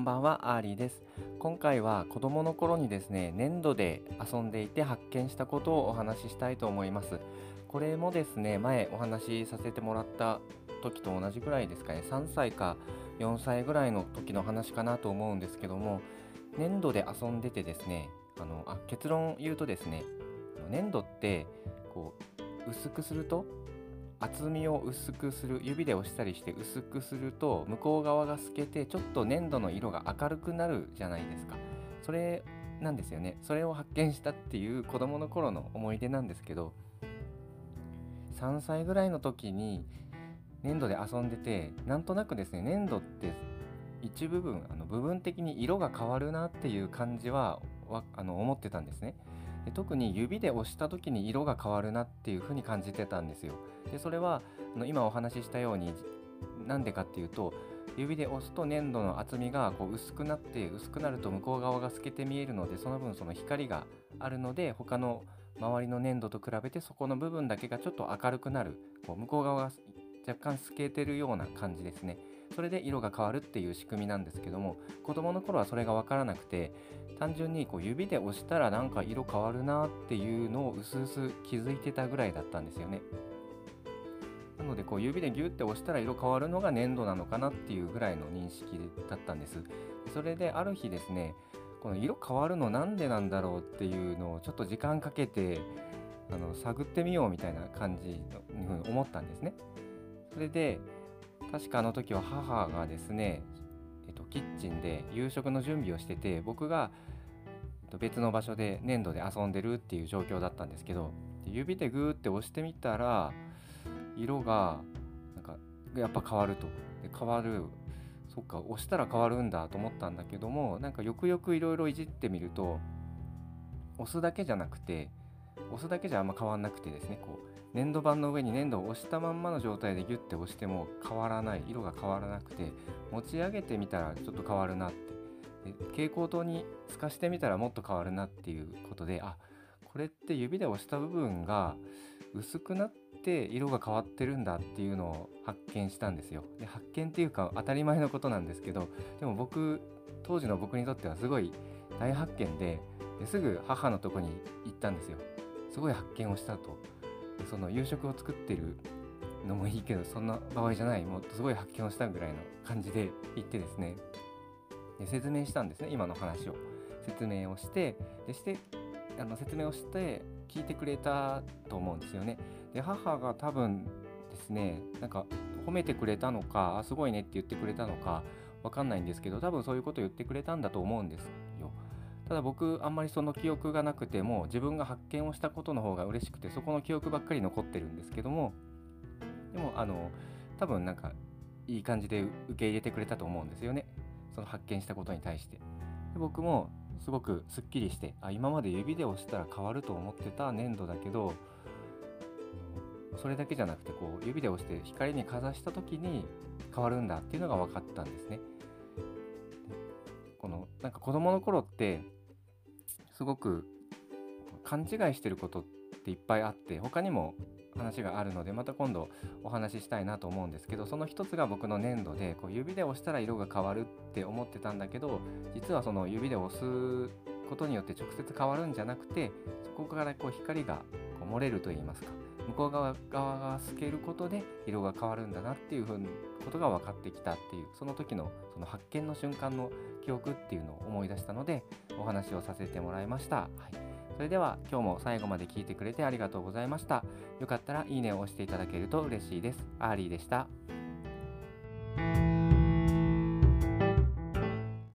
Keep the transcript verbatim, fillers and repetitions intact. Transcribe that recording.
ばんは、アーリーです。今回は子供の頃にですね、粘土で遊んでいて発見したことをお話ししたいと思います。これもですね、前お話しさせてもらった時と同じぐらいですかね、さんさいかよんさいぐらいの時の話かなと思うんですけども、粘土で遊んでてですね、あのあ結論言うとですね、あの粘土ってこう薄くすると厚みを薄くする、指で押したりして薄くすると向こう側が透けてちょっと粘土の色が明るくなるじゃないですか。それなんですよね。それを発見したっていう子供の頃の思い出なんですけど、さんさいぐらいの時に粘土で遊んでて、なんとなくですね、粘土って一部分あの部分的に色が変わるなっていう感じはわあの思ってたんですね。で特に指で押した時に色が変わるなっていう風に感じてたんですよ。でそれはあの今お話ししたようになんでかっていうと、指で押すと粘土の厚みがこう薄くなって薄くなると向こう側が透けて見えるので、その分その光があるので他の周りの粘土と比べてそこの部分だけがちょっと明るくなる、こう向こう側が若干透けてるような感じですね。それで色が変わるっていう仕組みなんですけども、子供の頃はそれが分からなくて、単純にこう指で押したらなんか色変わるなっていうのをうすうす気づいてたぐらいだったんですよね。なのでこう指でギュッて押したら色変わるのが粘土なのかなっていうぐらいの認識だったんです。それである日ですね、この色変わるのなんでなんだろうっていうのをちょっと時間かけてあの探ってみようみたいな感じのふうに思ったんですね。それで確かあの時は母がですね、えっと、キッチンで夕食の準備をしてて、僕がえっと別の場所で粘土で遊んでるっていう状況だったんですけど、指でグーって押してみたら色がなんかやっぱ変わると。で変わる、そっか押したら変わるんだと思ったんだけども、なんかよくよくいろいろいじってみると、押すだけじゃなくて押すだけじゃあんま変わんなくてですね、こう粘土板の上に粘土を押したまんまの状態でギュッて押しても変わらない、色が変わらなくて、持ち上げてみたらちょっと変わるなって、で蛍光灯に透かしてみたらもっと変わるなっていうことで、あ、これって指で押した部分が薄くなって色が変わってるんだっていうのを発見したんですよ。で発見っていうか当たり前のことなんですけど、でも僕当時の僕にとってはすごい大発見で、ですぐ母のとこに行ったんですよ。すごい発見をしたと。その夕食を作ってるのもいいけど、そんな場合じゃない、もっとすごい発見をしたぐらいの感じで行ってですね、で説明したんですね、今の話を説明をしてでしてあの説明をして聞いてくれたと思うんですよね。で母が多分ですね、なんか褒めてくれたのか、あすごいねって言ってくれたのかわかんないんですけど、多分そういうこと言ってくれたんだと思うんですよ。ただ僕あんまりその記憶がなくて、も自分が発見をしたことの方が嬉しくて、そこの記憶ばっかり残ってるんですけども、でもあの多分なんかいい感じで受け入れてくれたと思うんですよね、その発見したことに対して。で僕もすごくすっきりして、あ今まで指で押したら変わると思ってた粘土だけど、それだけじゃなくてこう指で押して光にかざした時に変わるんだっていうのが分かったんですね。このなんか子供の頃ってすごく勘違いしてることっていっぱいあって、他にも話があるのでまた今度お話ししたいなと思うんですけど、その一つが僕の粘土で、こう指で押したら色が変わるって思ってたんだけど、実はその指で押すことによって直接変わるんじゃなくて、そこからこう光がこう漏れるといいますか、向こう側側が透けることで色が変わるんだなっていうふうなことが分かってきたっていう、その時のその発見の瞬間の記憶っていうのを思い出したのでお話をさせてもらいました。はい、それでは今日も最後まで聞いてくれてありがとうございました。よかったらいいねを押していただけると嬉しいです。アーリーでした。